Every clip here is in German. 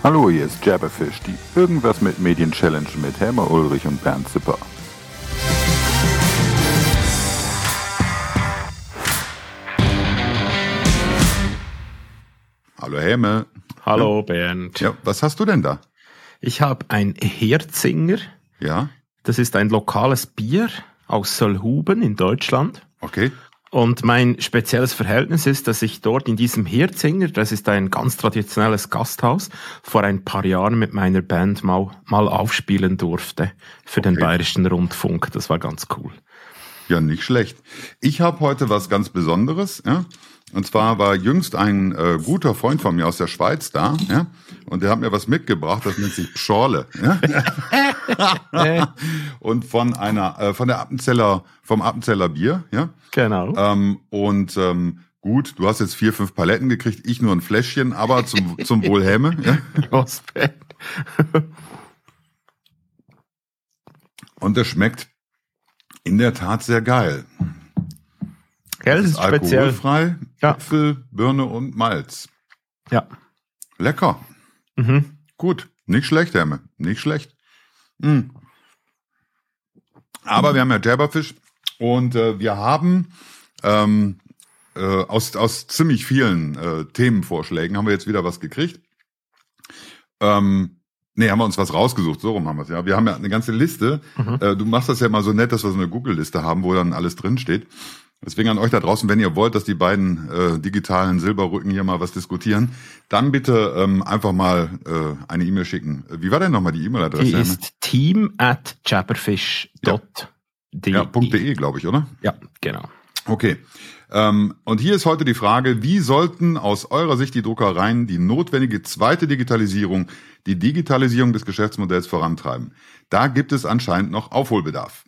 Hallo, hier ist Jabberfish, die Irgendwas mit Medien Challenge mit Helmer Ulrich und Bernd Zipper. Hallo Helme. Hallo Bernd. Ja, was hast du denn da? Ich habe ein Herzinger. Ja. Das ist ein lokales Bier aus Solhuben in Deutschland. Okay. Und mein spezielles Verhältnis ist, dass ich dort in diesem Herzinger, das ist ein ganz traditionelles Gasthaus, vor ein paar Jahren mit meiner Band mal aufspielen durfte für den Bayerischen Rundfunk. Das war ganz cool. Ja, nicht schlecht. Ich habe heute was ganz Besonderes, ja. Und zwar war jüngst ein guter Freund von mir aus der Schweiz da, ja, und der hat mir was mitgebracht, das nennt sich Pschorle, ja. Und vom Appenzeller Bier, ja. Genau. Gut, du hast jetzt 4, 5 Paletten gekriegt, ich nur ein Fläschchen, aber zum Wohl Helme, ja. Und das schmeckt in der Tat sehr geil. Ja, das ist speziell. Alkoholfrei, ja. Äpfel, Birne und Malz. Ja. Lecker. Mhm. Gut. Nicht schlecht, Herme. Nicht schlecht. Mhm. Aber wir haben ja Jabberfish und wir haben aus ziemlich vielen Themenvorschlägen haben wir jetzt wieder was gekriegt. Haben wir uns was rausgesucht, so rum haben wir es. Ja, wir haben ja eine ganze Liste. Du machst das ja mal so nett, dass wir so eine Google-Liste haben, wo dann alles drin steht. Deswegen an euch da draußen, wenn ihr wollt, dass die beiden digitalen Silberrücken hier mal was diskutieren, dann bitte einfach mal eine E-Mail schicken. Wie war denn nochmal die E-Mail-Adresse? Die ist team@jabberfish.de. Ja, .de, glaube ich, oder? Ja, genau. Okay. Und hier ist heute die Frage, wie sollten aus eurer Sicht die Druckereien die notwendige zweite Digitalisierung, die Digitalisierung des Geschäftsmodells vorantreiben? Da gibt es anscheinend noch Aufholbedarf.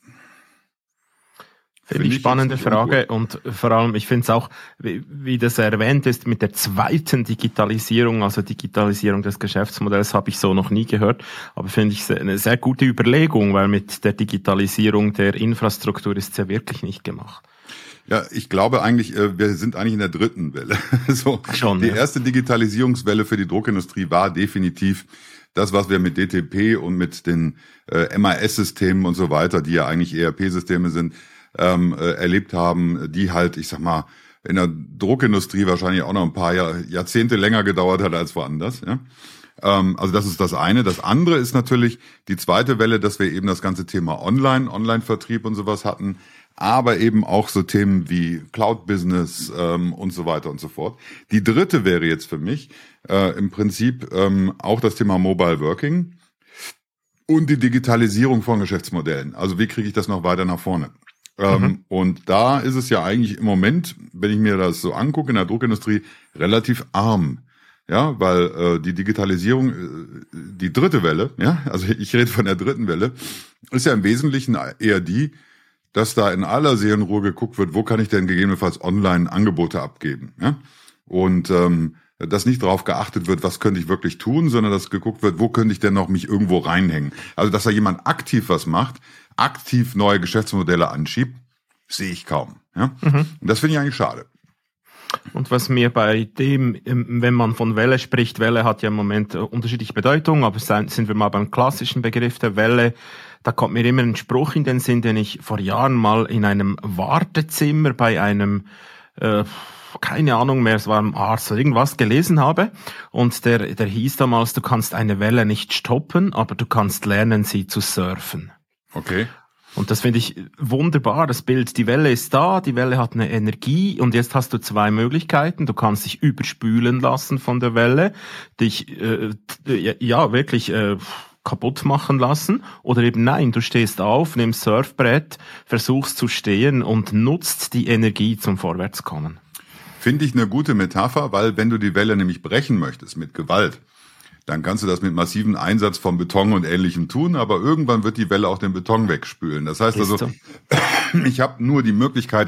Finde ich spannende Frage und vor allem, ich finde es auch, wie das erwähnt ist, mit der zweiten Digitalisierung, also Digitalisierung des Geschäftsmodells, habe ich so noch nie gehört, aber finde ich eine sehr gute Überlegung, weil mit der Digitalisierung der Infrastruktur ist es ja wirklich nicht gemacht. Ja, ich glaube eigentlich, wir sind eigentlich in der dritten Welle. Die erste Digitalisierungswelle für die Druckindustrie war definitiv das, was wir mit DTP und mit den MAS-Systemen und so weiter, die ja eigentlich ERP-Systeme sind, erlebt haben, die halt, ich sag mal, in der Druckindustrie wahrscheinlich auch noch ein paar Jahrzehnte länger gedauert hat als woanders. Ja? Also das ist das eine. Das andere ist natürlich die zweite Welle, dass wir eben das ganze Thema Online-Vertrieb und sowas hatten, aber eben auch so Themen wie Cloud-Business und so weiter und so fort. Die dritte wäre jetzt für mich im Prinzip auch das Thema Mobile Working und die Digitalisierung von Geschäftsmodellen. Also wie kriege ich das noch weiter nach vorne? Und da ist es ja eigentlich im Moment, wenn ich mir das so angucke, in der Druckindustrie relativ arm. Ja, weil die Digitalisierung, die dritte Welle, ja, also ich rede von der dritten Welle, ist ja im Wesentlichen eher die, dass da in aller Seelenruhe geguckt wird, wo kann ich denn gegebenenfalls online Angebote abgeben, ja? Und dass nicht darauf geachtet wird, was könnte ich wirklich tun, sondern dass geguckt wird, wo könnte ich denn noch mich irgendwo reinhängen. Also dass da jemand aktiv was macht, aktiv neue Geschäftsmodelle anschiebt, sehe ich kaum. Ja? Und das finde ich eigentlich schade. Und was mir bei dem, wenn man von Welle spricht, Welle hat ja im Moment unterschiedliche Bedeutung, aber sind wir mal beim klassischen Begriff der Welle, da kommt mir immer ein Spruch in den Sinn, den ich vor Jahren mal in einem Wartezimmer bei einem keine Ahnung mehr, es war ein Arzt oder irgendwas gelesen habe und der hieß damals, du kannst eine Welle nicht stoppen, aber du kannst lernen, sie zu surfen. Okay. Und das finde ich wunderbar, das Bild, die Welle ist da, die Welle hat eine Energie und jetzt hast du zwei Möglichkeiten, du kannst dich überspülen lassen von der Welle, dich wirklich kaputt machen lassen oder eben nein, du stehst auf, nimmst Surfbrett, versuchst zu stehen und nutzt die Energie zum Vorwärtskommen. Finde ich eine gute Metapher, weil wenn du die Welle nämlich brechen möchtest mit Gewalt, dann kannst du das mit massivem Einsatz von Beton und Ähnlichem tun, aber irgendwann wird die Welle auch den Beton wegspülen. Das heißt also, ich habe nur die Möglichkeit,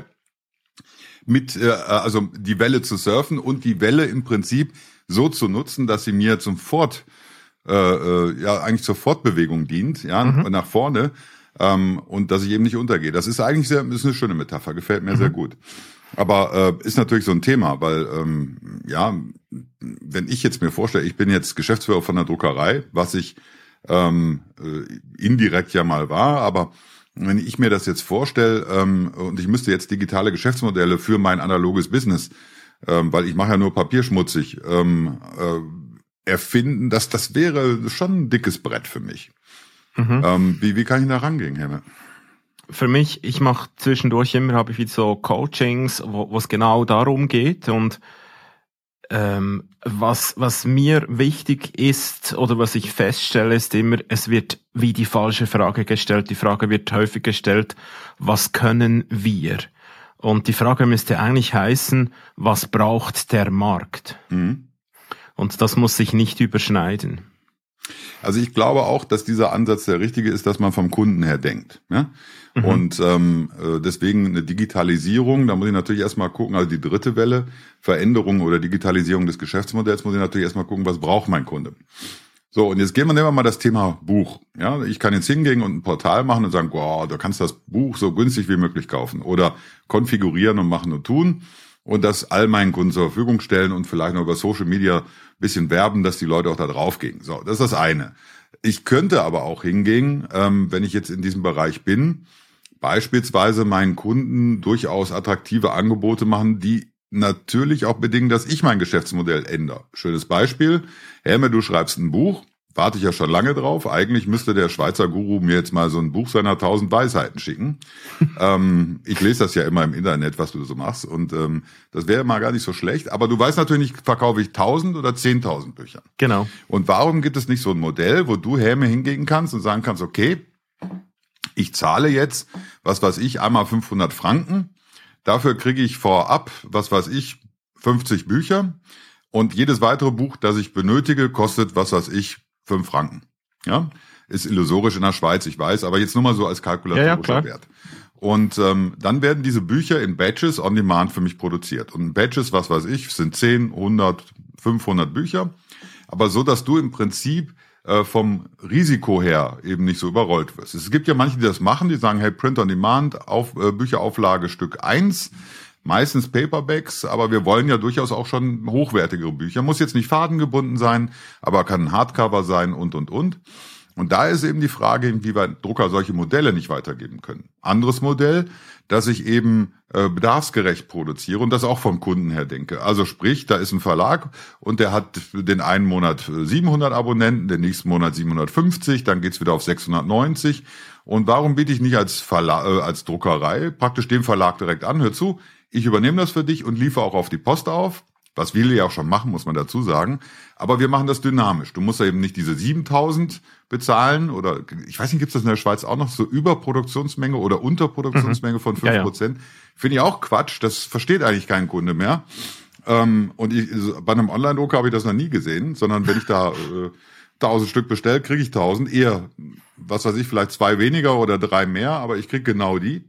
also die Welle zu surfen und die Welle im Prinzip so zu nutzen, dass sie mir eigentlich zur Fortbewegung dient, ja, nach vorne, und dass ich eben nicht untergehe. Das ist eigentlich ist eine schöne Metapher, gefällt mir sehr gut. Aber ist natürlich so ein Thema, weil wenn ich jetzt mir vorstelle, ich bin jetzt Geschäftsführer von einer Druckerei, was ich indirekt ja mal war, aber wenn ich mir das jetzt vorstelle und ich müsste jetzt digitale Geschäftsmodelle für mein analoges Business, weil ich mache ja nur Papier schmutzig, erfinden, das wäre schon ein dickes Brett für mich. Wie kann ich da rangehen, Helme? Für mich, ich mache zwischendurch immer, habe ich wieder so Coachings, wo es genau darum geht und was mir wichtig ist oder was ich feststelle, ist immer, es wird wie die falsche Frage gestellt. Die Frage wird häufig gestellt, was können wir? Und die Frage müsste eigentlich heißen, was braucht der Markt? Und das muss sich nicht überschneiden. Also ich glaube auch, dass dieser Ansatz der richtige ist, dass man vom Kunden her denkt. Ja? Und deswegen eine Digitalisierung, da muss ich natürlich erstmal gucken, also die dritte Welle, Veränderung oder Digitalisierung des Geschäftsmodells, muss ich natürlich erstmal gucken, was braucht mein Kunde. So, und jetzt nehmen wir mal das Thema Buch. Ja, ich kann jetzt hingehen und ein Portal machen und sagen, wow, du kannst das Buch so günstig wie möglich kaufen oder konfigurieren und machen und tun und das all meinen Kunden zur Verfügung stellen und vielleicht noch über Social Media ein bisschen werben, dass die Leute auch da drauf gehen. So, das ist das eine. Ich könnte aber auch hingehen, wenn ich jetzt in diesem Bereich bin, beispielsweise meinen Kunden durchaus attraktive Angebote machen, die natürlich auch bedingen, dass ich mein Geschäftsmodell ändere. Schönes Beispiel. Helme, du schreibst ein Buch. Warte ich ja schon lange drauf. Eigentlich müsste der Schweizer Guru mir jetzt mal so ein Buch seiner 1000 Weisheiten schicken. Ich lese das ja immer im Internet, was du so machst. Und das wäre mal gar nicht so schlecht. Aber du weißt natürlich nicht, verkaufe ich 1000 oder 10.000 Bücher. Genau. Und warum gibt es nicht so ein Modell, wo du, Helme, hingehen kannst und sagen kannst, okay, ich zahle jetzt, was weiß ich, einmal 500 Franken. Dafür kriege ich vorab, 50 Bücher. Und jedes weitere Buch, das ich benötige, kostet, 5 Franken. Ja, ist illusorisch in der Schweiz, ich weiß, aber jetzt nur mal so als kalkulatorischer Wert. Und dann werden diese Bücher in Batches on Demand für mich produziert. Und Batches, sind 10, 100, 500 Bücher. Aber so, dass du im Prinzip vom Risiko her eben nicht so überrollt wirst. Es gibt ja manche, die das machen, die sagen, hey, Print on Demand, Bücherauflage Stück 1, meistens Paperbacks, aber wir wollen ja durchaus auch schon hochwertigere Bücher. Muss jetzt nicht fadengebunden sein, aber kann ein Hardcover sein und. Und da ist eben die Frage, inwieweit Drucker solche Modelle nicht weitergeben können. Anderes Modell, dass ich eben bedarfsgerecht produziere und das auch vom Kunden her denke. Also sprich, da ist ein Verlag und der hat den einen Monat 700 Abonnenten, den nächsten Monat 750, dann geht's wieder auf 690. Und warum biete ich nicht als Druckerei praktisch dem Verlag direkt an, hör zu, ich übernehme das für dich und liefere auch auf die Post auf, was viele ja auch schon machen, muss man dazu sagen. Aber wir machen das dynamisch. Du musst ja eben nicht diese 7.000 bezahlen oder, ich weiß nicht, gibt es das in der Schweiz auch noch so Überproduktionsmenge oder Unterproduktionsmenge von 5%? Ja. Finde ich auch Quatsch. Das versteht eigentlich kein Kunde mehr. Und bei einem Online-Drucker habe ich das noch nie gesehen, sondern wenn ich da 1000 Stück bestelle, kriege ich 1000. Eher, vielleicht 2 weniger oder 3 mehr, aber ich kriege genau die.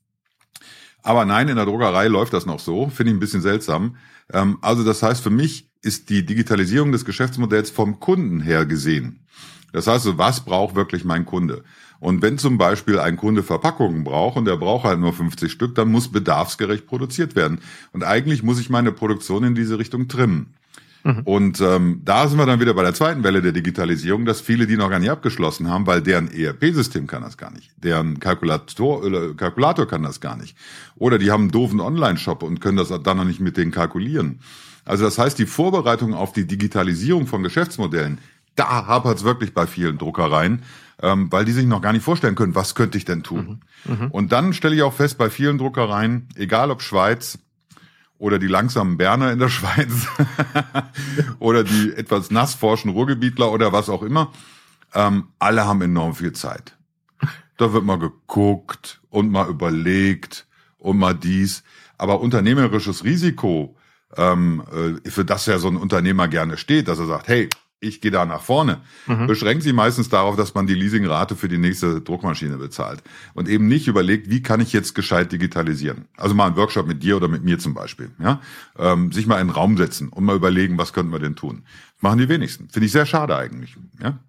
Aber nein, in der Druckerei läuft das noch so. Finde ich ein bisschen seltsam. Also das heißt, für mich ist die Digitalisierung des Geschäftsmodells vom Kunden her gesehen. Das heißt, was braucht wirklich mein Kunde? Und wenn zum Beispiel ein Kunde Verpackungen braucht und der braucht halt nur 50 Stück, dann muss bedarfsgerecht produziert werden. Und eigentlich muss ich meine Produktion in diese Richtung trimmen. Und da sind wir dann wieder bei der zweiten Welle der Digitalisierung, dass viele die noch gar nicht abgeschlossen haben, weil deren ERP-System kann das gar nicht. Deren Kalkulator kann das gar nicht. Oder die haben einen doofen Online-Shop und können das dann noch nicht mit denen kalkulieren. Also das heißt, die Vorbereitung auf die Digitalisierung von Geschäftsmodellen, da hapert es wirklich bei vielen Druckereien, weil die sich noch gar nicht vorstellen können, was könnte ich denn tun? Und dann stelle ich auch fest, bei vielen Druckereien, egal ob Schweiz, oder die langsamen Berner in der Schweiz oder die etwas nassforschen Ruhrgebietler oder was auch immer. Alle haben enorm viel Zeit. Da wird mal geguckt und mal überlegt und mal dies. Aber unternehmerisches Risiko, für das ja so ein Unternehmer gerne steht, dass er sagt, hey, ich gehe da nach vorne, beschränkt sich meistens darauf, dass man die Leasingrate für die nächste Druckmaschine bezahlt und eben nicht überlegt, wie kann ich jetzt gescheit digitalisieren. Also mal einen Workshop mit dir oder mit mir zum Beispiel, ja, sich mal in den Raum setzen und mal überlegen, was könnten wir denn tun. Machen die wenigsten. Finde ich sehr schade eigentlich, ja.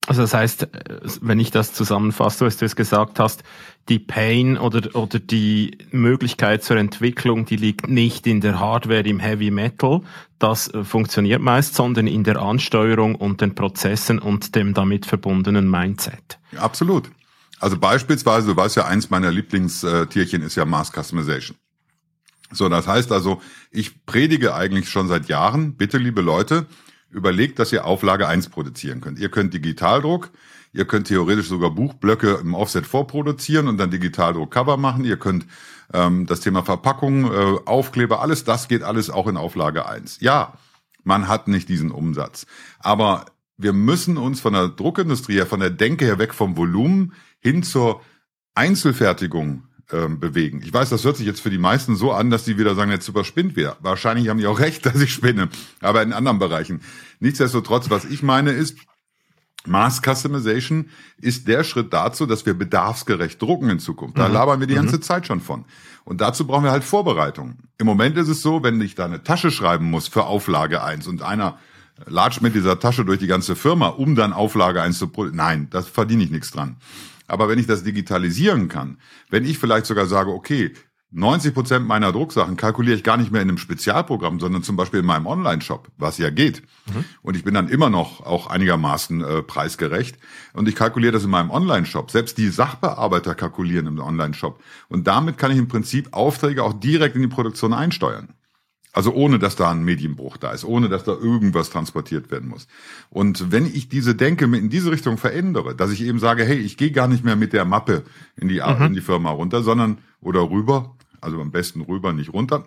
Also das heißt, wenn ich das zusammenfasse, was du es gesagt hast, die Pain oder die Möglichkeit zur Entwicklung, die liegt nicht in der Hardware im Heavy Metal, das funktioniert meist, sondern in der Ansteuerung und den Prozessen und dem damit verbundenen Mindset. Absolut. Also beispielsweise, du weißt ja, eins meiner Lieblingstierchen ist ja Mass Customization. So, das heißt also, ich predige eigentlich schon seit Jahren, bitte liebe Leute, überlegt, dass ihr Auflage 1 produzieren könnt. Ihr könnt Digitaldruck, ihr könnt theoretisch sogar Buchblöcke im Offset vorproduzieren und dann Digitaldruck-Cover machen. Ihr könnt das Thema Verpackung, Aufkleber, alles das geht alles auch in Auflage 1. Ja, man hat nicht diesen Umsatz. Aber wir müssen uns von der Druckindustrie her, von der Denke her weg vom Volumen hin zur Einzelfertigung bewegen. Ich weiß, das hört sich jetzt für die meisten so an, dass die wieder sagen, jetzt überspinnt wer. Wahrscheinlich haben die auch recht, dass ich spinne, aber in anderen Bereichen. Nichtsdestotrotz, was ich meine ist, Mass Customization ist der Schritt dazu, dass wir bedarfsgerecht drucken in Zukunft. Da labern wir die ganze Zeit schon von. Und dazu brauchen wir halt Vorbereitung. Im Moment ist es so, wenn ich da eine Tasche schreiben muss für Auflage 1 und einer latscht mit dieser Tasche durch die ganze Firma, um dann Auflage 1 zu produzieren. Nein, da verdiene ich nichts dran. Aber wenn ich das digitalisieren kann, wenn ich vielleicht sogar sage, okay, 90% meiner Drucksachen kalkuliere ich gar nicht mehr in einem Spezialprogramm, sondern zum Beispiel in meinem Online-Shop, was ja geht. Und ich bin dann immer noch auch einigermaßen preisgerecht. Und ich kalkuliere das in meinem Online-Shop. Selbst die Sachbearbeiter kalkulieren im Online-Shop. Und damit kann ich im Prinzip Aufträge auch direkt in die Produktion einsteuern. Also ohne, dass da ein Medienbruch da ist, ohne, dass da irgendwas transportiert werden muss. Und wenn ich diese Denke in diese Richtung verändere, dass ich eben sage, hey, ich gehe gar nicht mehr mit der Mappe in die Firma runter, sondern oder rüber, also am besten rüber, nicht runter,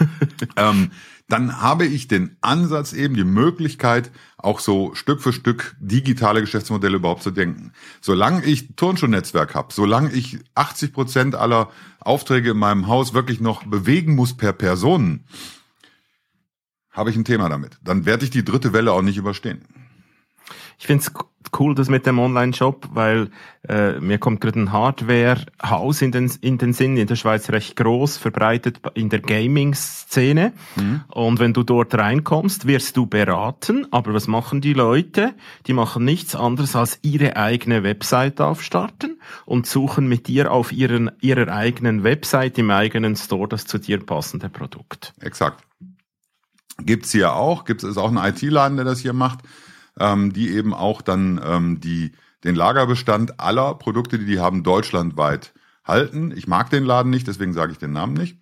dann habe ich den Ansatz eben, die Möglichkeit, auch so Stück für Stück digitale Geschäftsmodelle überhaupt zu denken. Solange ich Turnschuhnetzwerk habe, solange ich 80% aller Aufträge in meinem Haus wirklich noch bewegen muss per Person, habe ich ein Thema damit. Dann werde ich die dritte Welle auch nicht überstehen. Ich finde es cool, das mit dem Online-Shop, weil mir kommt gerade ein Hardware-Haus in den Sinn, in der Schweiz recht groß, verbreitet in der Gaming-Szene. Und wenn du dort reinkommst, wirst du beraten. Aber was machen die Leute? Die machen nichts anderes als ihre eigene Website aufstarten und suchen mit dir auf ihrer eigenen Website, im eigenen Store, das zu dir passende Produkt. Exakt. Gibt's hier auch, ist auch ein IT-Laden, der das hier macht, die eben auch dann den Lagerbestand aller Produkte, die haben, deutschlandweit halten. Ich mag den Laden nicht, deswegen sage ich den Namen nicht.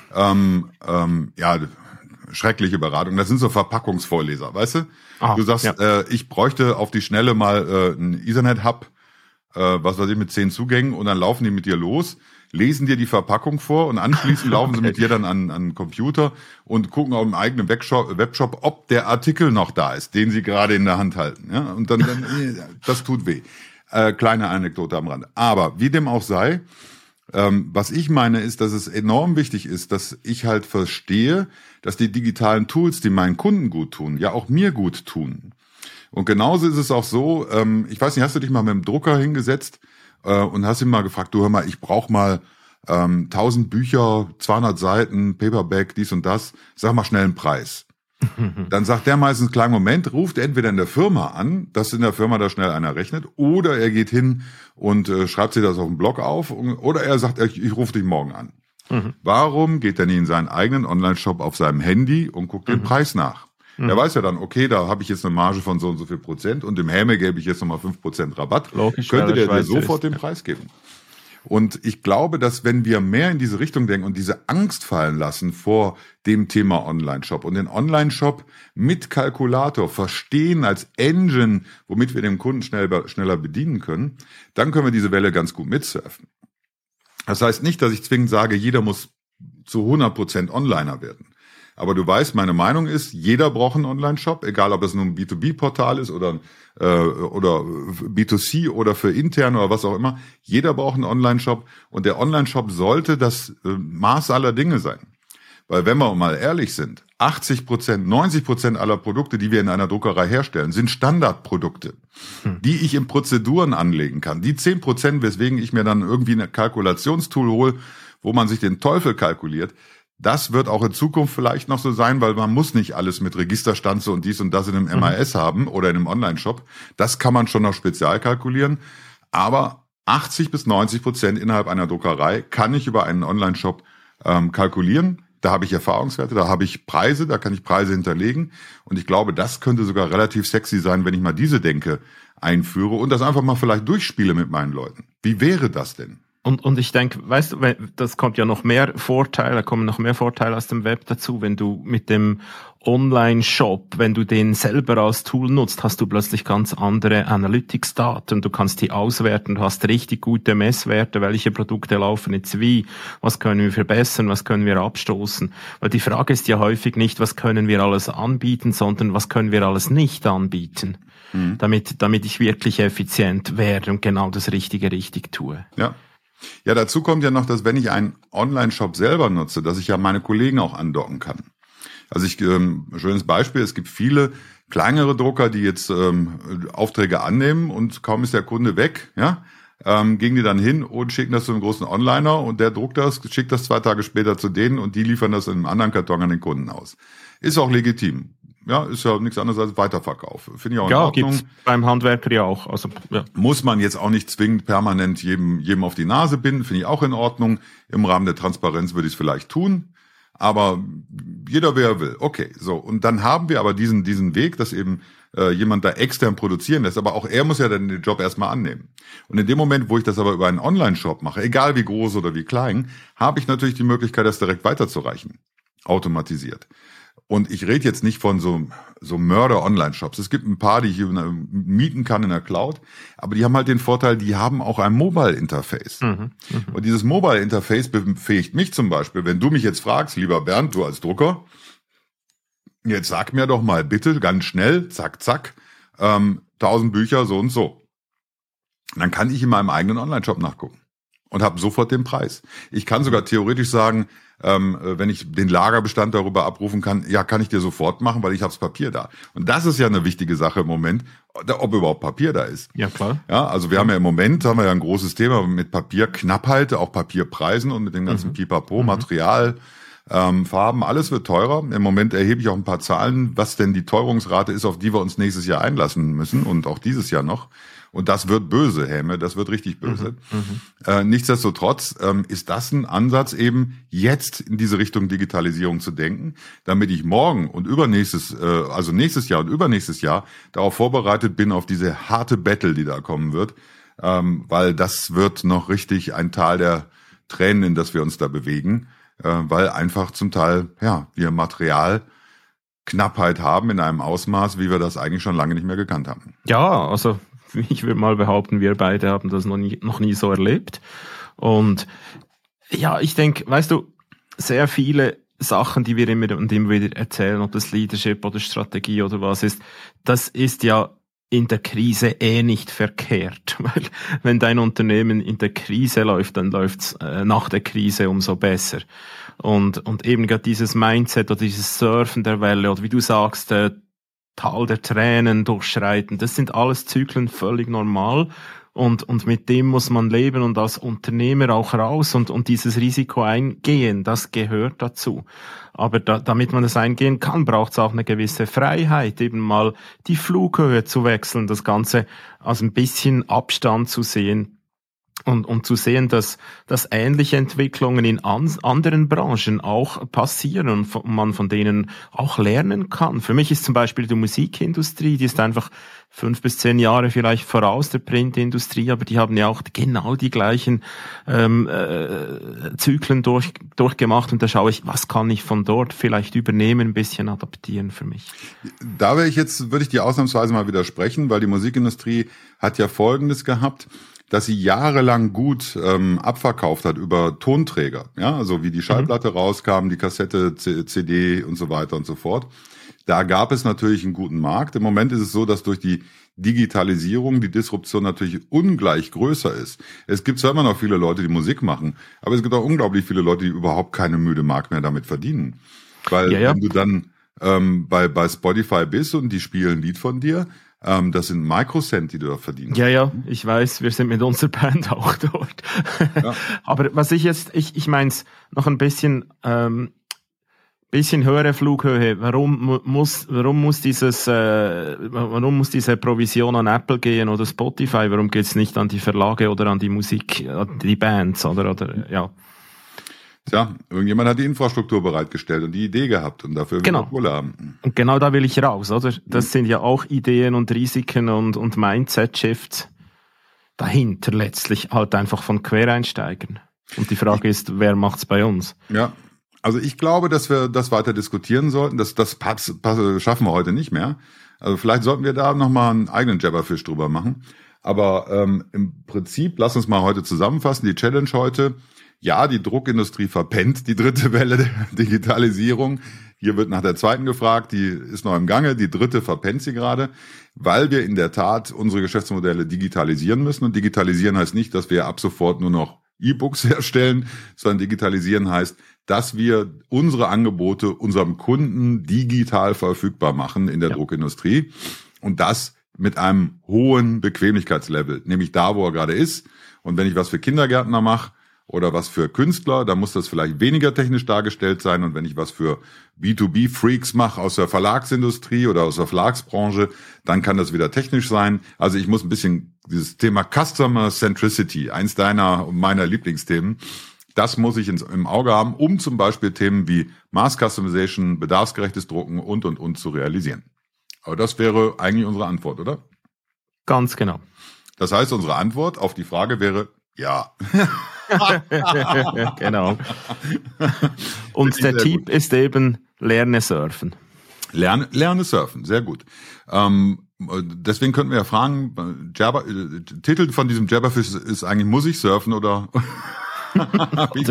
Ja, schreckliche Beratung. Das sind so Verpackungsvorleser, weißt du? Du sagst, ja. Ich bräuchte auf die Schnelle mal einen Ethernet-Hub, was weiß ich, mit 10 Zugängen und dann laufen die mit dir los, lesen dir die Verpackung vor und anschließend laufen sie mit dir dann an den Computer und gucken auf dem eigenen Webshop, ob der Artikel noch da ist, den sie gerade in der Hand halten. Ja? Und dann das tut weh. Kleine Anekdote am Rand. Aber wie dem auch sei, was ich meine ist, dass es enorm wichtig ist, dass ich halt verstehe, dass die digitalen Tools, die meinen Kunden gut tun, ja auch mir gut tun. Und genauso ist es auch so, ich weiß nicht, hast du dich mal mit dem Drucker hingesetzt und hast ihn mal gefragt, du hör mal, ich brauche mal 1000 Bücher, 200 Seiten, Paperback, dies und das, sag mal schnell einen Preis. Dann sagt der meistens, kleinen Moment, ruft entweder in der Firma an, dass in der Firma da schnell einer rechnet, oder er geht hin und schreibt sich das auf dem Blog auf, oder er sagt, ich rufe dich morgen an. Warum geht er nicht in seinen eigenen Online-Shop auf seinem Handy und guckt den Preis nach? Der weiß ja dann, okay, da habe ich jetzt eine Marge von so und so viel Prozent und dem Häme gebe ich jetzt nochmal 5% Rabatt. Logisch, könnte der dir sofort den Preis geben. Und ich glaube, dass wenn wir mehr in diese Richtung denken und diese Angst fallen lassen vor dem Thema Online-Shop und den Online-Shop mit Kalkulator verstehen als Engine, womit wir den Kunden schneller bedienen können, dann können wir diese Welle ganz gut mitsurfen. Das heißt nicht, dass ich zwingend sage, jeder muss zu 100% Onliner werden. Aber du weißt, meine Meinung ist, jeder braucht einen Online-Shop, egal ob es nun ein B2B-Portal ist oder B2C oder für intern oder was auch immer. Jeder braucht einen Online-Shop und der Online-Shop sollte das Maß aller Dinge sein. Weil wenn wir mal ehrlich sind, 80%, 90% aller Produkte, die wir in einer Druckerei herstellen, sind Standardprodukte, die ich in Prozeduren anlegen kann. Die 10%, weswegen ich mir dann irgendwie ein Kalkulationstool hole, wo man sich den Teufel kalkuliert, Das wird auch in Zukunft vielleicht noch so sein, weil man muss nicht alles mit Registerstanze und dies und das in einem MAS haben oder in einem Online-Shop. Das kann man schon noch spezial kalkulieren. Aber 80-90% innerhalb einer Druckerei kann ich über einen Online-Shop kalkulieren. Da habe ich Erfahrungswerte, da habe ich Preise, da kann ich Preise hinterlegen. Und ich glaube, das könnte sogar relativ sexy sein, wenn ich mal diese Denke einführe und das einfach mal vielleicht durchspiele mit meinen Leuten. Wie wäre das denn? Und ich denke, weißt du, das kommt ja noch mehr Vorteile, da kommen noch mehr Vorteile aus dem Web dazu. Wenn du mit dem Online-Shop, wenn du den selber als Tool nutzt, hast du plötzlich ganz andere Analytics-Daten. Du kannst die auswerten, du hast richtig gute Messwerte, welche Produkte laufen jetzt wie, was können wir verbessern, was können wir abstoßen. Weil die Frage ist ja häufig nicht, was können wir alles anbieten, sondern was können wir alles nicht anbieten, damit ich wirklich effizient werde und genau das Richtige richtig tue. Ja, dazu kommt ja noch, dass wenn ich einen Online-Shop selber nutze, dass ich ja meine Kollegen auch andocken kann. Also schönes Beispiel, es gibt viele kleinere Drucker, die jetzt Aufträge annehmen und kaum ist der Kunde weg, gehen die dann hin und schicken das zu einem großen Onliner und der druckt das, schickt das 2 Tage später zu denen und die liefern das in einem anderen Karton an den Kunden aus. Ist auch legitim. Ja, ist ja nichts anderes als Weiterverkauf. Finde ich auch in Ordnung. Gibt's beim Handwerker ja auch. Also, ja. Muss man jetzt auch nicht zwingend permanent jedem auf die Nase binden, finde ich auch in Ordnung. Im Rahmen der Transparenz würde ich es vielleicht tun. Aber jeder, wer will. Okay, so. Und dann haben wir aber diesen Weg, dass eben jemand da extern produzieren lässt. Aber auch er muss ja dann den Job erstmal annehmen. Und in dem Moment, wo ich das aber über einen Online-Shop mache, egal wie groß oder wie klein, habe ich natürlich die Möglichkeit, das direkt weiterzureichen. Automatisiert. Und ich rede jetzt nicht von so Mörder-Online-Shops. Es gibt ein paar, die ich mieten kann in der Cloud, aber die haben halt den Vorteil, die haben auch ein Mobile-Interface. Und dieses Mobile-Interface befähigt mich zum Beispiel, wenn du mich jetzt fragst, lieber Bernd, du als Drucker, jetzt sag mir doch mal bitte ganz schnell, zack, zack, 1000 Bücher so und so. Dann kann ich in meinem eigenen Online-Shop nachgucken und habe sofort den Preis. Ich kann sogar theoretisch sagen, wenn ich den Lagerbestand darüber abrufen kann, ja, kann ich dir sofort machen, weil ich habe das Papier da. Und das ist ja eine wichtige Sache im Moment, ob überhaupt Papier da ist. Ja, klar. Ja, also wir haben ja im Moment ein großes Thema mit Papierknappheit, auch Papierpreisen und mit dem ganzen Pipapo, Material, Farben, alles wird teurer. Im Moment erhebe ich auch ein paar Zahlen, was denn die Teuerungsrate ist, auf die wir uns nächstes Jahr einlassen müssen und auch dieses Jahr noch. Und das wird böse, Häme, das wird richtig böse. Nichtsdestotrotz ist das ein Ansatz, eben jetzt in diese Richtung Digitalisierung zu denken, damit ich morgen und nächstes Jahr und übernächstes Jahr darauf vorbereitet bin, auf diese harte Battle, die da kommen wird, weil das wird noch richtig ein Tal der Tränen, in das wir uns da bewegen, weil einfach zum Teil, wir Materialknappheit haben in einem Ausmaß, wie wir das eigentlich schon lange nicht mehr gekannt haben. Ja, also ich würde mal behaupten, wir beide haben das noch nie so erlebt. Und ja, ich denke, weißt du, sehr viele Sachen, die wir immer und immer wieder erzählen, ob das Leadership oder Strategie oder was ist, das ist ja in der Krise nicht verkehrt. Weil wenn dein Unternehmen in der Krise läuft, dann läuft's nach der Krise umso besser. Und eben gerade dieses Mindset oder dieses Surfen der Welle oder wie du sagst, Tal der Tränen durchschreiten. Das sind alles Zyklen, völlig normal. Und mit dem muss man leben und als Unternehmer auch raus und dieses Risiko eingehen, das gehört dazu. Aber damit man das eingehen kann, braucht es auch eine gewisse Freiheit, eben mal die Flughöhe zu wechseln, das Ganze aus ein bisschen Abstand zu sehen. Und zu sehen, dass ähnliche Entwicklungen in anderen Branchen auch passieren und man von denen auch lernen kann. Für mich ist zum Beispiel die Musikindustrie, die ist einfach 5 bis 10 Jahre vielleicht voraus der Printindustrie, aber die haben ja auch genau die gleichen Zyklen durchgemacht und da schaue ich, was kann ich von dort vielleicht übernehmen, ein bisschen adaptieren für mich. Da würde ich dir ausnahmsweise mal widersprechen, weil die Musikindustrie hat ja Folgendes gehabt, dass sie jahrelang gut abverkauft hat über Tonträger, ja, also wie die Schallplatte rauskam, die Kassette, CD und so weiter und so fort. Da gab es natürlich einen guten Markt. Im Moment ist es so, dass durch die Digitalisierung die Disruption natürlich ungleich größer ist. Es gibt zwar immer noch viele Leute, die Musik machen, aber es gibt auch unglaublich viele Leute, die überhaupt keine müde Mark mehr damit verdienen. Weil wenn du dann bei Spotify bist und die spielen ein Lied von dir, das sind Microcent, die du da verdienst. Ja, ich weiß, wir sind mit unserer Band auch dort. Ja. Aber was ich mein's noch ein bisschen bisschen höhere Flughöhe. Warum muss diese Provision an Apple gehen oder Spotify? Warum geht's nicht an die Verlage oder an die Musik, die Bands oder ja? Tja, irgendjemand hat die Infrastruktur bereitgestellt und die Idee gehabt und dafür will er Kohle haben. Und genau da will ich raus, oder? Das sind ja auch Ideen und Risiken und Mindset-Shifts dahinter letztlich halt einfach von Quereinsteigern. Und die Frage ist, wer macht's bei uns? Ja. Also ich glaube, dass wir das weiter diskutieren sollten. Das schaffen wir heute nicht mehr. Also vielleicht sollten wir da nochmal einen eigenen Jabberfish drüber machen. Aber im Prinzip, lass uns mal heute zusammenfassen, die Challenge heute. Ja, die Druckindustrie verpennt die dritte Welle der Digitalisierung. Hier wird nach der zweiten gefragt, die ist noch im Gange. Die dritte verpennt sie gerade, weil wir in der Tat unsere Geschäftsmodelle digitalisieren müssen. Und digitalisieren heißt nicht, dass wir ab sofort nur noch E-Books herstellen, sondern digitalisieren heißt, dass wir unsere Angebote unserem Kunden digital verfügbar machen in der Druckindustrie und das mit einem hohen Bequemlichkeitslevel, nämlich da, wo er gerade ist. Und wenn ich was für Kindergärtner mache oder was für Künstler, dann muss das vielleicht weniger technisch dargestellt sein. Und wenn ich was für B2B-Freaks mache aus der Verlagsindustrie oder aus der Verlagsbranche, dann kann das wieder technisch sein. Also ich muss ein bisschen dieses Thema Customer Centricity, eins deiner und meiner Lieblingsthemen, das muss ich im Auge haben, um zum Beispiel Themen wie Mass Customization, bedarfsgerechtes Drucken und zu realisieren. Aber das wäre eigentlich unsere Antwort, oder? Ganz genau. Das heißt, unsere Antwort auf die Frage wäre ja. Genau. Und der Tipp ist eben, lerne surfen. Lerne surfen, sehr gut. Deswegen könnten wir ja fragen, Titel von diesem Jabberfish ist eigentlich, muss ich surfen oder... Ich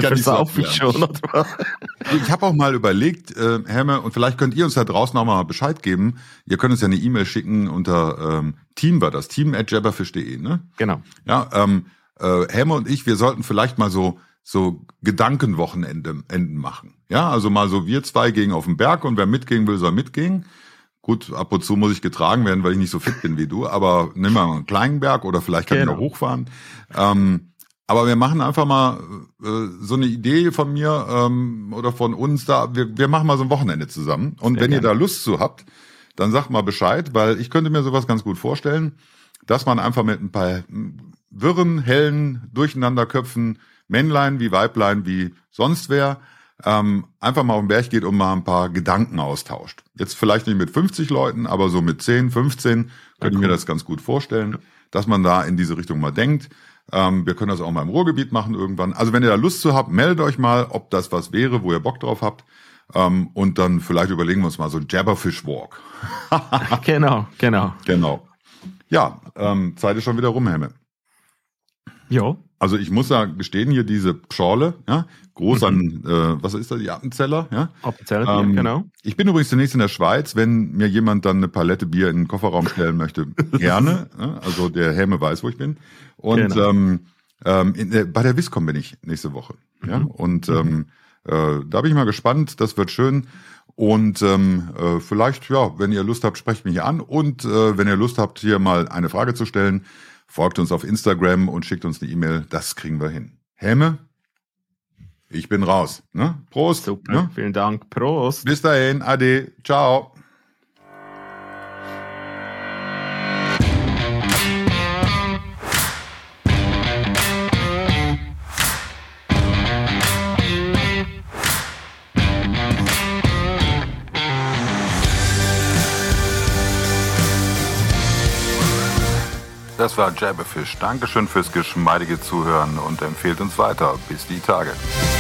habe auch mal überlegt, Helme, und vielleicht könnt ihr uns da draußen auch mal Bescheid geben. Ihr könnt uns ja eine E-Mail schicken unter team@jabberfish.de, ne? Genau. Ja, Helme und ich, wir sollten vielleicht mal so Gedankenwochenenden machen. Ja, also mal so wir zwei gehen auf den Berg und wer mitgehen will, soll mitgehen. Gut, ab und zu muss ich getragen werden, weil ich nicht so fit bin wie du, aber nimm mal einen kleinen Berg oder vielleicht kann ich noch hochfahren. Aber wir machen einfach mal so eine Idee von mir oder von uns da. Wir machen mal so ein Wochenende zusammen. Und wenn ihr da Lust zu habt, dann sagt mal Bescheid, weil ich könnte mir sowas ganz gut vorstellen, dass man einfach mit ein paar wirren, hellen Durcheinanderköpfen, Männlein wie Weiblein wie sonst wer, einfach mal auf den Berg geht und mal ein paar Gedanken austauscht. Jetzt vielleicht nicht mit 50 Leuten, aber so mit 10, 15 könnte ich mir das ganz gut vorstellen, dass man da in diese Richtung mal denkt. Wir können das auch mal im Ruhrgebiet machen irgendwann. Also wenn ihr da Lust zu habt, meldet euch mal, ob das was wäre, wo ihr Bock drauf habt. Und dann vielleicht überlegen wir uns mal so Jabberfish Walk. Genau. Ja, Zeit ist schon wieder rum, Hemme. Jo. Also ich muss ja gestehen, hier diese Schorle, ja, groß an, was ist das, die Appenzeller, ja? Appenzeller, genau. Ich bin übrigens demnächst in der Schweiz, wenn mir jemand dann eine Palette Bier in den Kofferraum stellen möchte, gerne. Ja? Also der Helme weiß, wo ich bin. Und bei der Viscom bin ich nächste Woche. Ja? Und da bin ich mal gespannt, das wird schön. Und vielleicht, ja, wenn ihr Lust habt, sprecht mich an. Und wenn ihr Lust habt, hier mal eine Frage zu stellen, folgt uns auf Instagram und schickt uns eine E-Mail. Das kriegen wir hin. Helme, ich bin raus. Ne? Prost. Super, ne? Vielen Dank. Prost. Bis dahin. Ade. Ciao. Das war Jabberfish. Dankeschön fürs geschmeidige Zuhören und empfehlt uns weiter. Bis die Tage.